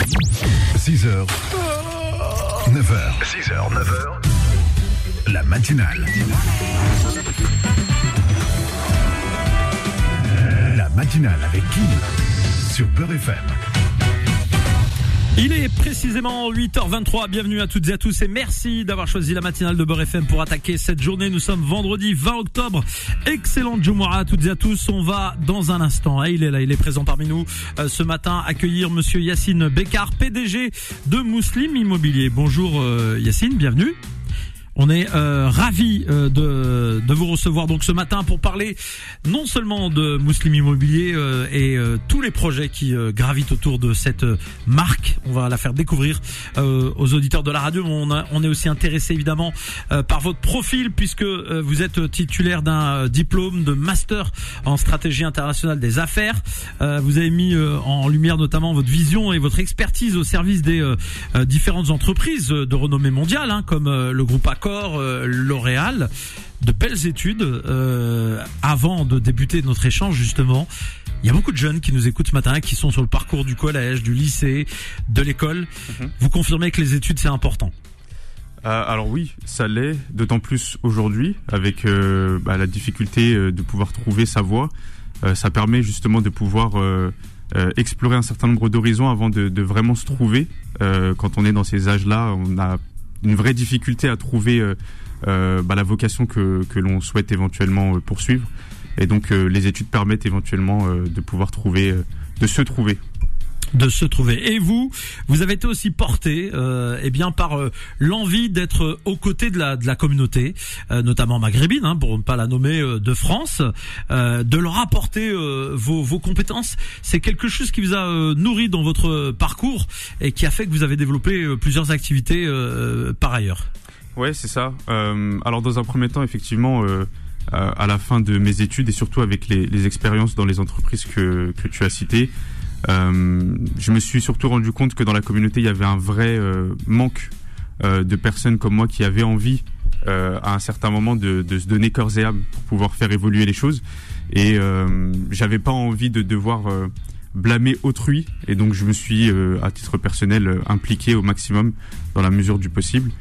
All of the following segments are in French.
6h, 9h. 6h, 9h. La matinale. La matinale avec Kim sur Beurre FM. Il est précisément 8h23, bienvenue à toutes et à tous et merci d'avoir choisi la matinale de Beurre FM pour attaquer cette journée. Nous sommes vendredi 20 octobre, excellente Jumu'ah à toutes et à tous. On va dans un instant, il est là, il est présent parmi nous ce matin, accueillir monsieur Yacine Becar, PDG de Muslim Immobilier. Bonjour Yacine, bienvenue. On est ravis de vous recevoir donc ce matin pour parler non seulement de Muslim Immobilier et tous les projets qui gravitent autour de cette marque. On va la faire découvrir aux auditeurs de la radio. On est aussi intéressé évidemment par votre profil puisque vous êtes titulaire d'un diplôme de master en stratégie internationale des affaires. Vous avez mis en lumière notamment votre vision et votre expertise au service des différentes entreprises de renommée mondiale comme le groupe Accor, L'Oréal, de belles études. Avant de débuter notre échange justement, il y a beaucoup de jeunes qui nous écoutent ce matin, qui sont sur le parcours du collège, du lycée, de l'école. Vous confirmez que les études c'est important? Alors oui, ça l'est, d'autant plus aujourd'hui avec la difficulté de pouvoir trouver sa voie. Ça permet justement de pouvoir explorer un certain nombre d'horizons avant de vraiment se trouver. Quand on est dans ces âges-là, on a une vraie difficulté à trouver la vocation que l'on souhaite éventuellement poursuivre. Et donc les études permettent éventuellement de pouvoir trouver, de se trouver. Et vous avez été aussi porté par l'envie d'être aux côtés de la communauté, notamment maghrébine, pour ne pas la nommer, de France, de leur apporter vos compétences. C'est quelque chose qui vous a nourri dans votre parcours et qui a fait que vous avez développé plusieurs activités par ailleurs. Ouais, c'est ça. Alors dans un premier temps, effectivement, à la fin de mes études et surtout avec les expériences dans les entreprises que tu as citées, je me suis surtout rendu compte que dans la communauté il y avait un vrai manque de personnes comme moi qui avaient envie à un certain moment de se donner corps et âme pour pouvoir faire évoluer les choses, et j'avais pas envie de devoir blâmer autrui, et donc je me suis à titre personnel impliqué au maximum dans la mesure du possible,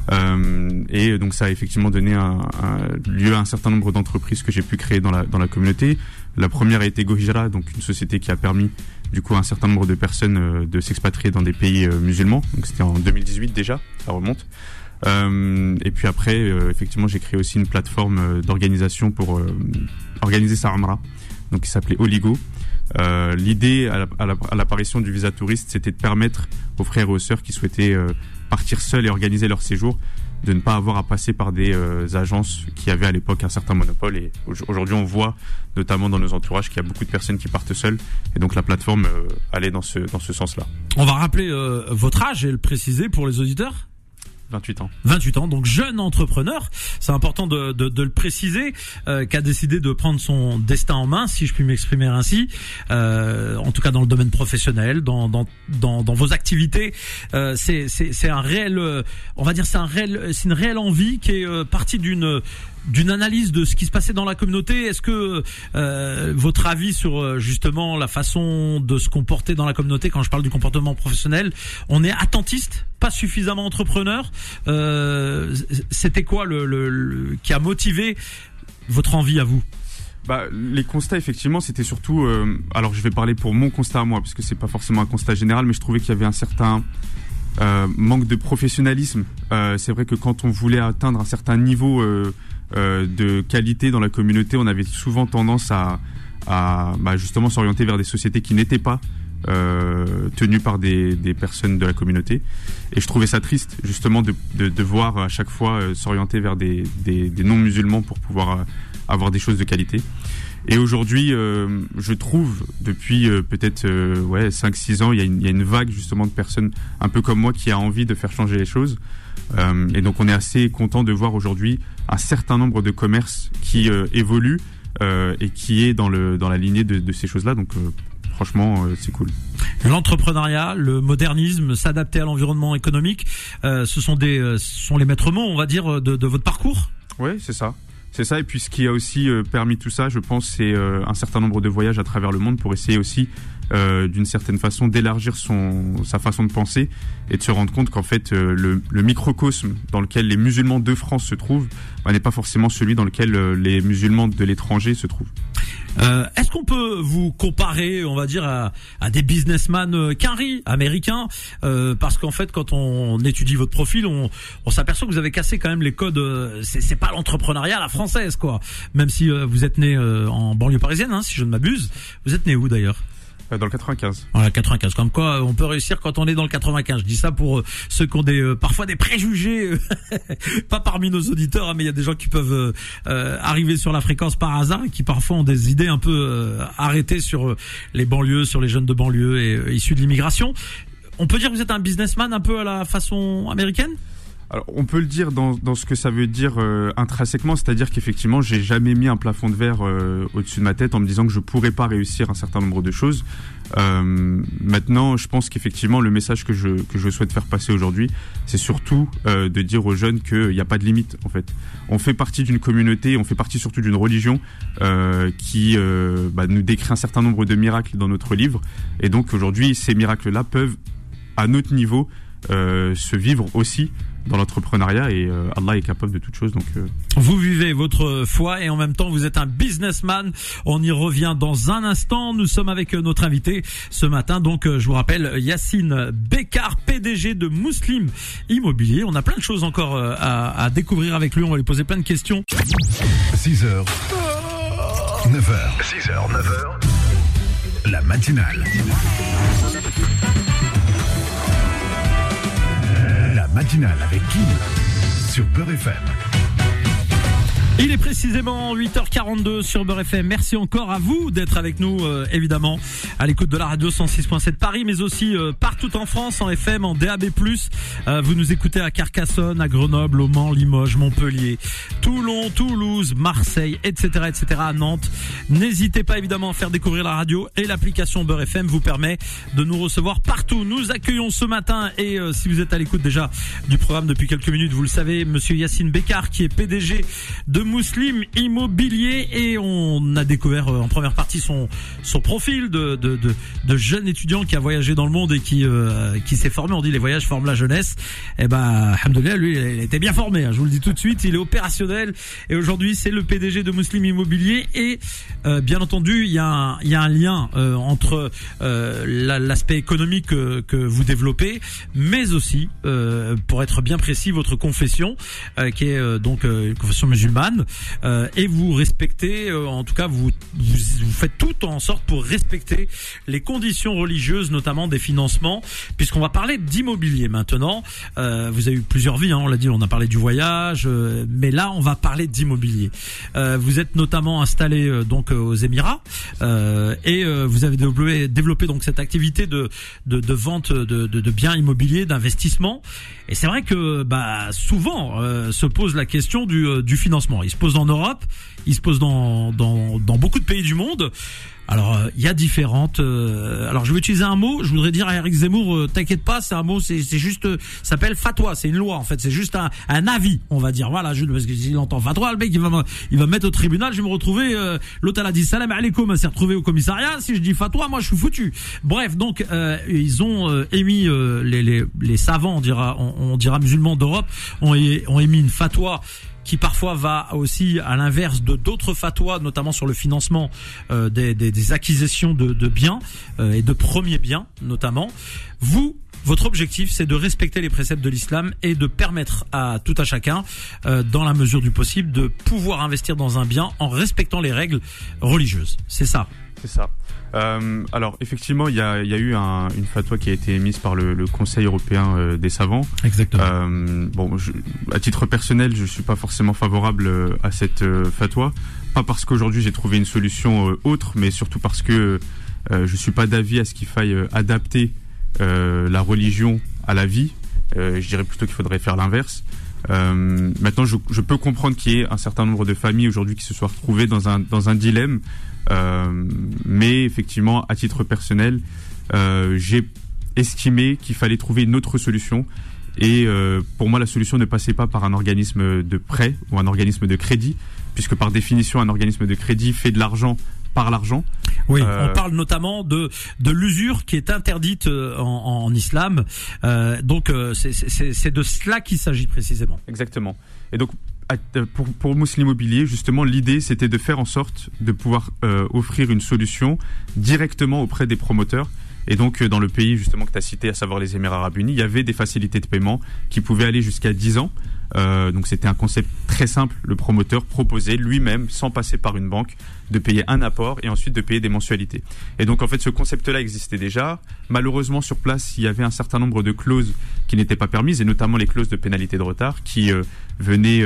et donc ça a effectivement donné lieu à un certain nombre d'entreprises que j'ai pu créer dans la communauté. La première a été Gohijra, donc une société qui a permis du coup à un certain nombre de personnes de s'expatrier dans des pays musulmans. Donc c'était en 2018 déjà, ça remonte. Et puis après, effectivement, j'ai créé aussi une plateforme d'organisation pour organiser sa Umrah, donc qui s'appelait Oligo. L'idée à l'apparition du visa touriste, c'était de permettre aux frères et aux sœurs qui souhaitaient partir seuls et organiser leur séjour de ne pas avoir à passer par des agences qui avaient à l'époque un certain monopole. Et aujourd'hui, on voit, notamment dans nos entourages, qu'il y a beaucoup de personnes qui partent seules. Et donc, la plateforme allait dans ce sens-là. On va rappeler votre âge et le préciser pour les auditeurs. 28 ans. 28 ans, donc jeune entrepreneur. C'est important de le préciser, qui a décidé de prendre son destin en main, si je puis m'exprimer ainsi. En tout cas dans le domaine professionnel, dans vos activités. C'est un réel, on va dire, c'est une réelle envie qui est partie d'une analyse de ce qui se passait dans la communauté. Est-ce que votre avis sur justement la façon de se comporter dans la communauté, quand je parle du comportement professionnel, on est attentiste, pas suffisamment entrepreneur? C'était quoi le qui a motivé votre envie à vous? Les constats, effectivement, c'était surtout alors je vais parler pour mon constat à moi, parce que c'est pas forcément un constat général, mais je trouvais qu'il y avait un certain manque de professionnalisme. C'est vrai que quand on voulait atteindre un certain niveau de qualité dans la communauté, on avait souvent tendance à justement s'orienter vers des sociétés qui n'étaient pas tenues par des personnes de la communauté, et je trouvais ça triste justement de voir à chaque fois s'orienter vers des non-musulmans pour pouvoir avoir des choses de qualité. Et aujourd'hui, je trouve depuis peut-être 5-6 ans, il y a une vague justement de personnes un peu comme moi qui a envie de faire changer les choses. Et donc on est assez content de voir aujourd'hui un certain nombre de commerces qui évoluent et qui est dans la lignée de ces choses-là. Donc franchement, c'est cool. L'entrepreneuriat, le modernisme, s'adapter à l'environnement économique, ce sont les maîtres mots, on va dire, de votre parcours. Oui, c'est ça. C'est ça, et puis ce qui a aussi permis tout ça, je pense, c'est un certain nombre de voyages à travers le monde pour essayer aussi, d'une certaine façon, d'élargir sa façon de penser et de se rendre compte qu'en fait, le microcosme dans lequel les musulmans de France se trouvent n'est pas forcément celui dans lequel les musulmans de l'étranger se trouvent. Est-ce qu'on peut vous comparer, on va dire, à des businessmen quinri américains, parce qu'en fait, quand on étudie votre profil, on s'aperçoit que vous avez cassé quand même les codes. C'est pas l'entrepreneuriat à la française, quoi. Même si vous êtes né en banlieue parisienne, si je ne m'abuse. Vous êtes né où d'ailleurs ? Dans le 95. Voilà, 95. Comme quoi, on peut réussir quand on est dans le 95. Je dis ça pour ceux qui ont parfois des préjugés, pas parmi nos auditeurs, mais il y a des gens qui peuvent arriver sur la fréquence par hasard et qui parfois ont des idées un peu arrêtées sur les banlieues, sur les jeunes de banlieue et issus de l'immigration. On peut dire que vous êtes un businessman un peu à la façon américaine ? Alors, on peut le dire dans ce que ça veut dire intrinsèquement, c'est-à-dire qu'effectivement, j'ai jamais mis un plafond de verre au-dessus de ma tête en me disant que je pourrais pas réussir un certain nombre de choses. Maintenant, je pense qu'effectivement, le message que je souhaite faire passer aujourd'hui, c'est surtout de dire aux jeunes qu'il n'y a pas de limite, en fait. On fait partie d'une communauté, on fait partie surtout d'une religion qui nous décrit un certain nombre de miracles dans notre livre. Et donc, aujourd'hui, ces miracles-là peuvent, à notre niveau, se vivre aussi dans l'entrepreneuriat, et Allah est capable de toutes choses. Donc vous vivez votre foi et en même temps vous êtes un businessman. On y revient dans un instant. Nous sommes avec notre invité ce matin, donc je vous rappelle, Yacine Becar, PDG de Muslim Immobilier. On a plein de choses encore à découvrir avec lui. On va lui poser plein de questions. 6h, 9h, 6h, 9h, la matinale. La matinale avec Kim sur Beurre FM. Il est précisément 8h42 sur Beurre FM. Merci encore à vous d'être avec nous, évidemment, à l'écoute de la radio 106.7 Paris, mais aussi partout en France, en FM, en DAB+. Vous nous écoutez à Carcassonne, à Grenoble, au Mans, Limoges, Montpellier, Toulon, Toulouse, Marseille, etc., à Nantes. N'hésitez pas évidemment à faire découvrir la radio, et l'application Beurre FM vous permet de nous recevoir partout. Nous accueillons ce matin, et si vous êtes à l'écoute déjà du programme depuis quelques minutes, vous le savez, monsieur Yacine Becar, qui est PDG de Muslim Immobilier, et on a découvert en première partie son profil de jeune étudiant qui a voyagé dans le monde et qui s'est formé. On dit les voyages forment la jeunesse. Et alhamdoulilah, lui, il était bien formé, je vous le dis tout de suite, il est opérationnel, et aujourd'hui c'est le PDG de Muslim Immobilier, et bien entendu il y a un lien entre l'aspect économique que vous développez, mais aussi pour être bien précis, votre confession qui est donc une confession musulmane. Et vous respectez, en tout cas vous faites tout en sorte pour respecter les conditions religieuses, notamment des financements, puisqu'on va parler d'immobilier maintenant. Vous avez eu plusieurs vies, on l'a dit, on a parlé du voyage, mais là on va parler d'immobilier. Vous êtes notamment installé donc aux Émirats, et vous avez développé donc cette activité de vente de biens immobiliers, d'investissement. Et c'est vrai que souvent se pose la question du financement. Il se pose en Europe, il se pose dans beaucoup de pays du monde. Alors il y a différentes. Alors je vais utiliser un mot. Je voudrais dire à Eric Zemmour, t'inquiète pas, c'est un mot, c'est juste, ça s'appelle fatwa. C'est une loi en fait. C'est juste un avis, on va dire. Voilà, parce que s'il entend fatwa, le mec il va me mettre au tribunal. Je vais me retrouver. L'autre elle a dit salam alaikum, elle s'est retrouvée au commissariat. Si je dis fatwa, moi je suis foutu. Bref, donc ils ont émis les savants, on dira musulmans d'Europe, ont émis une fatwa qui parfois va aussi à l'inverse de d'autres fatwas, notamment sur le financement des acquisitions de biens et de premiers biens notamment. Votre objectif, c'est de respecter les préceptes de l'islam et de permettre à tout à chacun, dans la mesure du possible, de pouvoir investir dans un bien en respectant les règles religieuses. C'est ça. C'est ça. Alors effectivement, il y a eu une fatwa qui a été émise par le Conseil européen des savants. Exactement. À titre personnel, je suis pas forcément favorable à cette fatwa, pas parce qu'aujourd'hui j'ai trouvé une solution autre, mais surtout parce que je suis pas d'avis à ce qu'il faille adapter la religion à la vie. Je dirais plutôt qu'il faudrait faire l'inverse. Maintenant, je peux comprendre qu'il y ait un certain nombre de familles aujourd'hui qui se soient retrouvées dans un dilemme. Mais effectivement, à titre personnel, j'ai estimé qu'il fallait trouver une autre solution. Et pour moi, la solution ne passait pas par un organisme de prêt ou un organisme de crédit, puisque par définition un organisme de crédit fait de l'argent par l'argent. Oui, on parle notamment de l'usure qui est interdite en islam. Donc c'est de cela qu'il s'agit précisément. Exactement. Et donc pour Muslim Immobilier, justement, l'idée c'était de faire en sorte de pouvoir offrir une solution directement auprès des promoteurs. Et donc dans le pays justement que tu as cité, à savoir les Émirats Arabes Unis, il y avait des facilités de paiement qui pouvaient aller jusqu'à 10 ans. Donc c'était un concept très simple. Le promoteur proposait lui-même, sans passer par une banque, de payer un apport et ensuite de payer des mensualités. Et donc en fait ce concept-là existait déjà. Malheureusement sur place il y avait un certain nombre de clauses qui n'étaient pas permises, et notamment les clauses de pénalité de retard qui venaient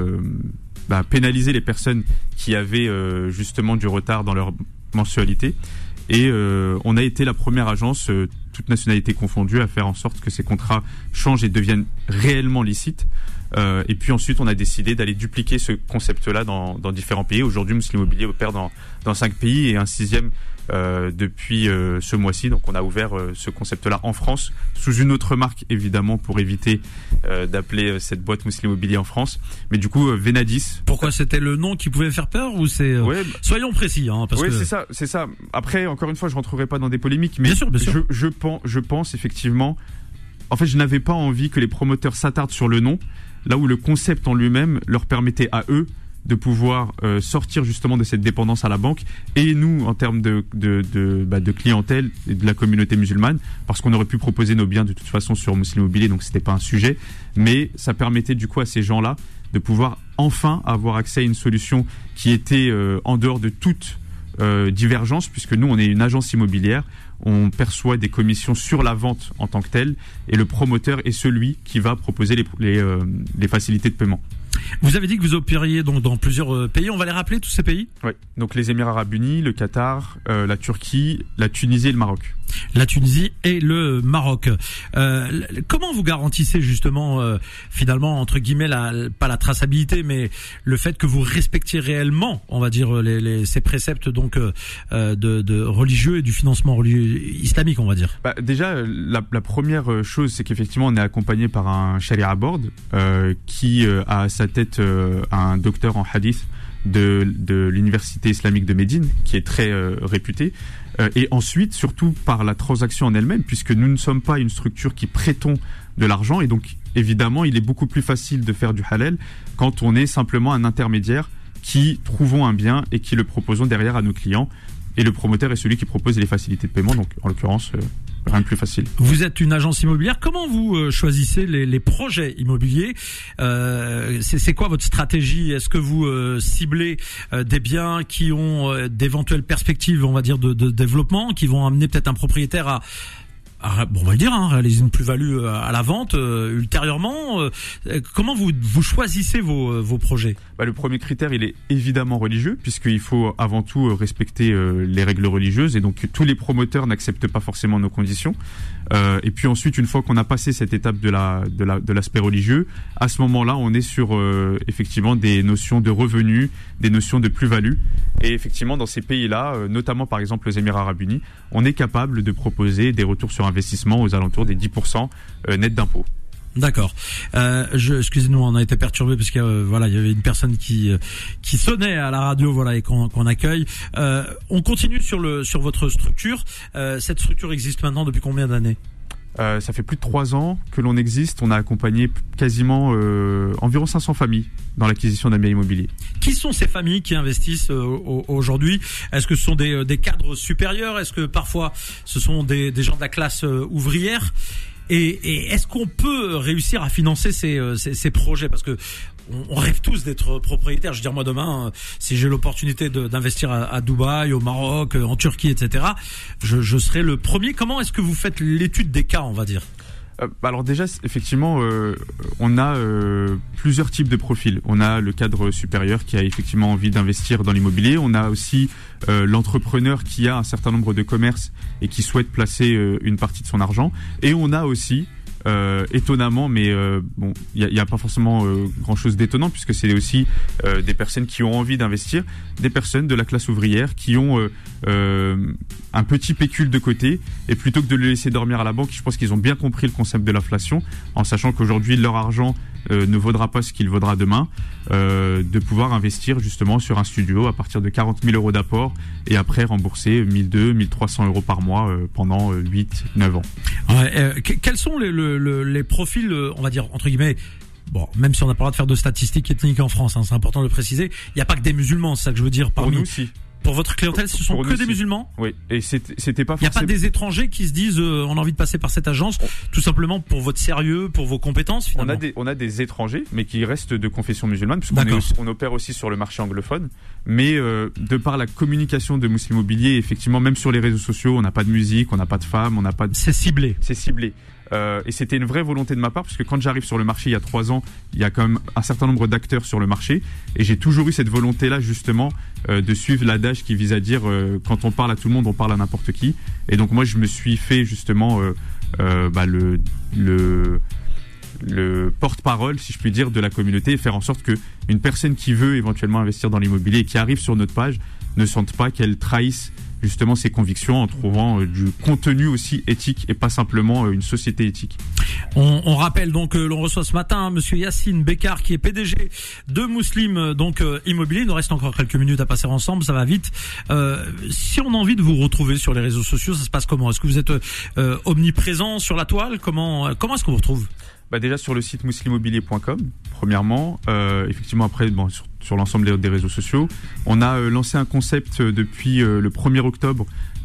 pénaliser les personnes qui avaient justement du retard dans leur mensualité. Et on a été la première agence, toute nationalité confondue, à faire en sorte que ces contrats changent et deviennent réellement licites. Et puis ensuite, on a décidé d'aller dupliquer ce concept-là dans différents pays. Aujourd'hui, Muslim Immobilier opère dans 5 pays et un 6e depuis ce mois-ci. Donc on a ouvert ce concept-là en France, sous une autre marque évidemment, pour éviter d'appeler cette boîte Muslim Immobilier en France. Mais du coup, Venadis. Pourquoi c'était le nom qui pouvait faire peur, ou c'est soyons précis, hein, parce que c'est ça. Après, encore une fois, je rentrerai pas dans des polémiques, mais bien sûr. Je pense effectivement. En fait, je n'avais pas envie que les promoteurs s'attardent sur le nom, là où le concept en lui-même leur permettait à eux de pouvoir sortir justement de cette dépendance à la banque, et nous en termes de clientèle et de la communauté musulmane, parce qu'on aurait pu proposer nos biens de toute façon sur Muslim Immobilier, donc c'était pas un sujet, mais ça permettait du coup à ces gens-là de pouvoir enfin avoir accès à une solution qui était en dehors de toute divergence, puisque nous on est une agence immobilière, on perçoit des commissions sur la vente en tant que telle, et le promoteur est celui qui va proposer les facilités de paiement. Vous avez dit que vous opériez donc dans plusieurs pays. On va les rappeler, tous ces pays ? Oui. Donc les Émirats Arabes Unis, le Qatar, la Turquie, la Tunisie et le Maroc. La Tunisie et le Maroc. Comment vous garantissez justement, finalement, entre guillemets, pas la traçabilité, mais le fait que vous respectiez réellement, on va dire, ces préceptes donc de religieux et du financement religieux islamique, on va dire. Déjà, la première chose, c'est qu'effectivement, on est accompagné par un Sharia Board qui a à sa tête un docteur en hadith de l'université islamique de Médine, qui est très réputé. Et ensuite, surtout par la transaction en elle-même, puisque nous ne sommes pas une structure qui prêtons de l'argent, et donc évidemment il est beaucoup plus facile de faire du halal quand on est simplement un intermédiaire qui trouvons un bien et qui le proposons derrière à nos clients, et le promoteur est celui qui propose les facilités de paiement, donc en l'occurrence rien de plus facile. Vous êtes une agence immobilière. Comment vous choisissez les projets immobiliers ? C'est quoi votre stratégie ? Est-ce que vous ciblez des biens qui ont d'éventuelles perspectives, on va dire, de développement, qui vont amener peut-être un propriétaire à on va le dire, réaliser une plus-value à la vente ultérieurement. Comment vous choisissez vos projets ? Le premier critère, il est évidemment religieux, puisqu'il faut avant tout respecter les règles religieuses, et donc tous les promoteurs n'acceptent pas forcément nos conditions. Et puis ensuite, une fois qu'on a passé cette étape de l'aspect religieux, à ce moment-là, on est sur effectivement des notions de revenus, des notions de plus-value. Et effectivement, dans ces pays-là, notamment par exemple les Émirats Arabes Unis, on est capable de proposer des retours sur investissement aux alentours des 10% net d'impôts. D'accord. Excusez-nous, on a été perturbé parce que il y avait une personne qui sonnait à la radio, et qu'on accueille. On continue sur votre structure. Cette structure existe maintenant depuis combien d'années ? Ça fait plus de 3 ans que l'on existe. On a accompagné quasiment environ 500 familles dans l'acquisition d'un bien immobilier. Qui sont ces familles qui investissent aujourd'hui ? Est-ce que ce sont des cadres supérieurs ? Est-ce que parfois ce sont des gens de la classe ouvrière ? Et est-ce qu'on peut réussir à financer ces projets ? Parce que on rêve tous d'être propriétaire. Je veux dire, moi demain, si j'ai l'opportunité d'investir à Dubaï, au Maroc, en Turquie, etc., je serai le premier. Comment est-ce que vous faites l'étude des cas, on va dire ? Alors déjà, effectivement, on a plusieurs types de profils. On a le cadre supérieur qui a effectivement envie d'investir dans l'immobilier. On a aussi l'entrepreneur qui a un certain nombre de commerces et qui souhaite placer une partie de son argent. Et on a aussi étonnamment, mais bon, il y a pas forcément grand chose d'étonnant puisque c'est aussi des personnes qui ont envie d'investir, des personnes de la classe ouvrière qui ont un petit pécule de côté, et plutôt que de le laisser dormir à la banque, je pense qu'ils ont bien compris le concept de l'inflation, en sachant qu'aujourd'hui leur argent ne vaudra pas ce qu'il vaudra demain, de pouvoir investir justement sur un studio à partir de 40 000 euros d'apport et après rembourser 1 200, 1 300 euros par mois pendant 8-9 ans. Ouais, quels sont les profils, on va dire, entre guillemets, bon, même si on n'a pas le droit de faire de statistiques ethniques en France, hein, c'est important de le préciser, il n'y a pas que des musulmans, c'est ça que je veux dire. Pour nous, si. Pour votre clientèle, ce sont pour que nous, des si. musulmans? Oui, et c'était pas forcément... Il n'y a pas des étrangers qui se disent on a envie de passer par cette agence, tout simplement pour votre sérieux, pour vos compétences finalement? On a des étrangers, mais qui restent de confession musulmane, puisqu'on opère aussi sur le marché anglophone. Mais de par la communication de Muslim Immobilier, effectivement, même sur les réseaux sociaux, on n'a pas de musique, on n'a pas de femmes, on n'a pas de... C'est ciblé. C'est ciblé. Et c'était une vraie volonté de ma part, parce que quand j'arrive sur le marché il y a 3 ans, il y a quand même un certain nombre d'acteurs sur le marché, et j'ai toujours eu cette volonté-là justement de suivre l'adage qui vise à dire quand on parle à tout le monde, on parle à n'importe qui. Et donc moi je me suis fait justement le porte-parole, si je puis dire, de la communauté, et faire en sorte que une personne qui veut éventuellement investir dans l'immobilier et qui arrive sur notre page ne sente pas qu'elle trahisse justement ses convictions en trouvant du contenu aussi éthique et pas simplement une société éthique. On rappelle donc que l'on reçoit ce matin monsieur Yacine Bekkar qui est PDG de Muslim Immobilier. Il nous reste encore quelques minutes à passer ensemble, ça va vite. Si on a envie de vous retrouver sur les réseaux sociaux, ça se passe comment? Est-ce que vous êtes omniprésent sur la toile? Comment est-ce qu'on vous retrouve? Déjà sur le site muslimimmobilier.com, premièrement, effectivement après sur l'ensemble des réseaux sociaux. On a lancé un concept depuis le 1er octobre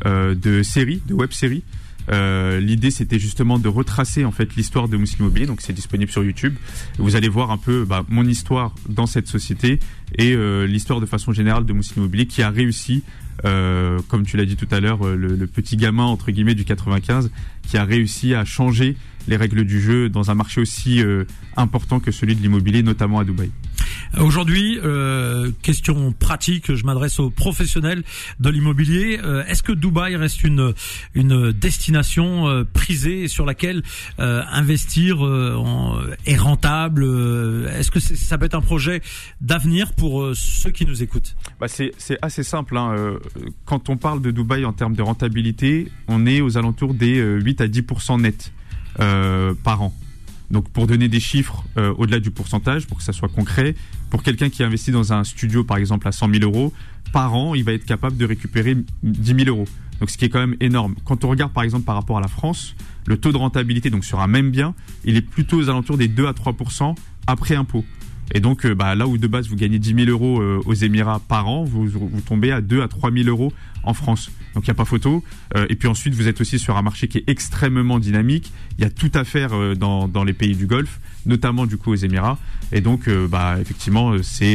de web-série. L'idée c'était justement de retracer en fait l'histoire de Muslim Immobilier, donc c'est disponible sur YouTube. Vous allez voir un peu mon histoire dans cette société et l'histoire de façon générale de Muslim Immobilier qui a réussi, comme tu l'as dit tout à l'heure, le petit gamin entre guillemets du 95 qui a réussi à changer les règles du jeu dans un marché aussi important que celui de l'immobilier, notamment à Dubaï. Aujourd'hui, question pratique, je m'adresse aux professionnels de l'immobilier. Est-ce que Dubaï reste une destination prisée sur laquelle investir est rentable? Est-ce que ça peut être un projet d'avenir pour ceux qui nous écoutent? C'est assez simple. Quand on parle de Dubaï en termes de rentabilité, on est aux alentours des 8 à 10% net par an. Donc pour donner des chiffres au-delà du pourcentage, pour que ça soit concret, pour quelqu'un qui investit dans un studio par exemple à 100 000 euros, par an, il va être capable de récupérer 10 000 euros. Donc ce qui est quand même énorme. Quand on regarde par exemple par rapport à la France, le taux de rentabilité donc sur un même bien, il est plutôt aux alentours des 2 à 3% après impôt. Et donc là où de base vous gagnez 10 000 euros aux Émirats par an, vous tombez à 2 à 3 000 euros en France. Donc il n'y a pas photo. Et puis ensuite vous êtes aussi sur un marché qui est extrêmement dynamique. Il y a tout à faire dans les pays du Golfe, notamment du coup aux Émirats. Et donc effectivement c'est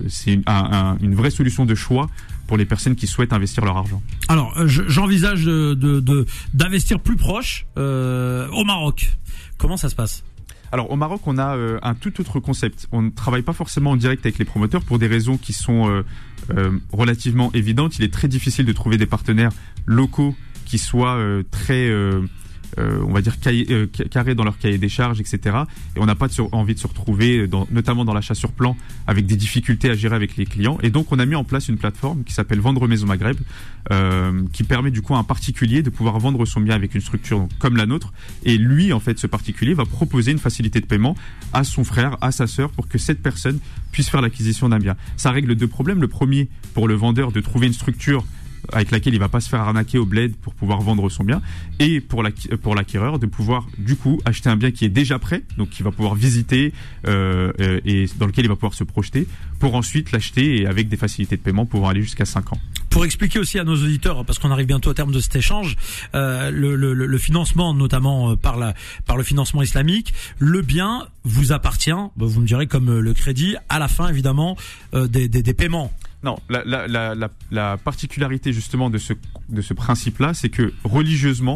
une vraie solution de choix pour les personnes qui souhaitent investir leur argent. Alors j'envisage d'investir plus proche au Maroc. Comment ça se passe? Alors au Maroc, on a un tout autre concept. On ne travaille pas forcément en direct avec les promoteurs pour des raisons qui sont relativement évidentes. Il est très difficile de trouver des partenaires locaux qui soient très on va dire carrés dans leur cahier des charges, etc. Et on n'a pas envie de se retrouver, notamment dans l'achat sur plan, avec des difficultés à gérer avec les clients. Et donc on a mis en place une plateforme qui s'appelle Vendre Maison Maghreb, qui permet du coup à un particulier de pouvoir vendre son bien avec une structure comme la nôtre. Et lui, en fait, ce particulier va proposer une facilité de paiement à son frère, à sa sœur, pour que cette personne puisse faire l'acquisition d'un bien. Ça règle 2 problèmes. Le premier, pour le vendeur, de trouver une structure avec laquelle il va pas se faire arnaquer au bled pour pouvoir vendre son bien, et pour l'acquéreur de pouvoir du coup acheter un bien qui est déjà prêt, donc qu'il va pouvoir visiter et dans lequel il va pouvoir se projeter, pour ensuite l'acheter et avec des facilités de paiement pouvant aller jusqu'à 5 ans. Pour expliquer aussi à nos auditeurs, parce qu'on arrive bientôt au terme de cet échange, le financement, notamment par le financement islamique, le bien vous appartient, vous me direz comme le crédit, à la fin évidemment des paiements. Non, la particularité justement de ce principe-là, c'est que religieusement,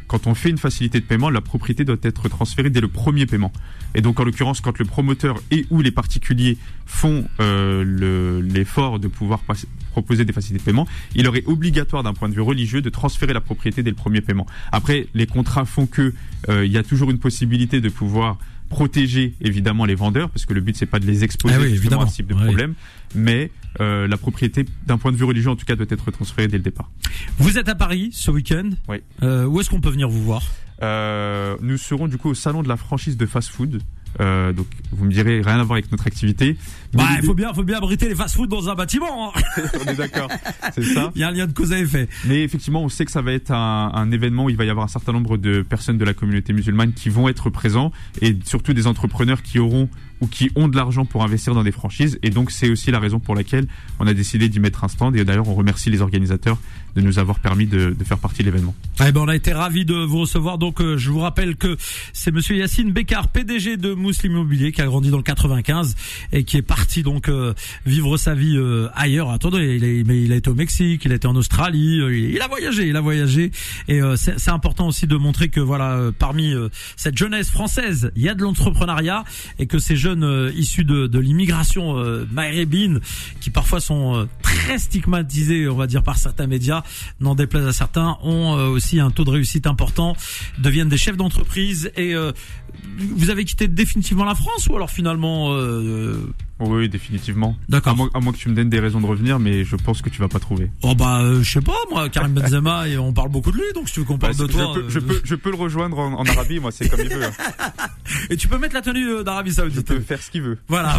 quand on fait une facilité de paiement, la propriété doit être transférée dès le premier paiement. Et donc, en l'occurrence, quand le promoteur et ou les particuliers font l'effort de pouvoir proposer des facilités de paiement, il leur est obligatoire d'un point de vue religieux de transférer la propriété dès le premier paiement. Après, les contrats font que il y a toujours une possibilité de pouvoir protéger évidemment les vendeurs, parce que le but c'est pas de les exposer justement à ce type de problème, mais la propriété d'un point de vue religieux en tout cas doit être transférée dès le départ. Vous êtes à Paris ce week-end. Oui. Où est-ce qu'on peut venir vous voir? Nous serons du coup au salon de la franchise de fast-food. Donc vous me direz rien à voir avec notre activité. Il faut bien abriter les fast-food dans un bâtiment. Hein. On est d'accord, c'est ça. Il y a un lien de cause à effet. Mais effectivement, on sait que ça va être un événement où il va y avoir un certain nombre de personnes de la communauté musulmane qui vont être présents et surtout des entrepreneurs qui auront ou qui ont de l'argent pour investir dans des franchises. Et donc c'est aussi la raison pour laquelle on a décidé d'y mettre un stand. Et d'ailleurs, on remercie les organisateurs de nous avoir permis de faire partie de l'événement. On a été ravis de vous recevoir. Donc je vous rappelle que c'est monsieur Yacine Becar, PDG de Mouslim Immobilier, qui a grandi dans le 95 et qui est parti donc vivre sa vie ailleurs. Attendez, il a été au Mexique, il a été en Australie, il a voyagé. Et c'est important aussi de montrer que voilà, parmi cette jeunesse française, il y a de l'entrepreneuriat et que ces jeunes issus de l'immigration maghrébine, qui parfois sont très stigmatisés, on va dire, par certains médias, n'en déplaise à certains, ont aussi un taux de réussite important, deviennent des chefs d'entreprise. Et vous avez quitté définitivement la France ou alors finalement Oui, définitivement. D'accord. À moins que tu me donnes des raisons de revenir, mais je pense que tu vas pas trouver. Je sais pas, moi, Karim Benzema, et on parle beaucoup de lui, donc si tu veux qu'on parle de toi. Je peux le rejoindre en Arabie, moi, c'est comme il veut. Et tu peux mettre la tenue d'Arabie Saoudite. Je peux faire ce qu'il veut. Voilà.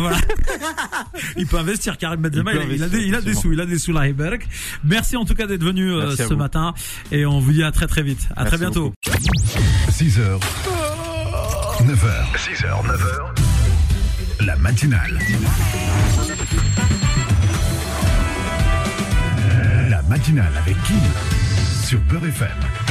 Il peut investir, Karim Benzema, il a des sous, là, Iberk. Merci en tout cas d'être venu ce matin, et on vous dit à très très vite. À très bientôt. 6h, 9h. La matinale. La matinale avec Kim sur Beurre FM.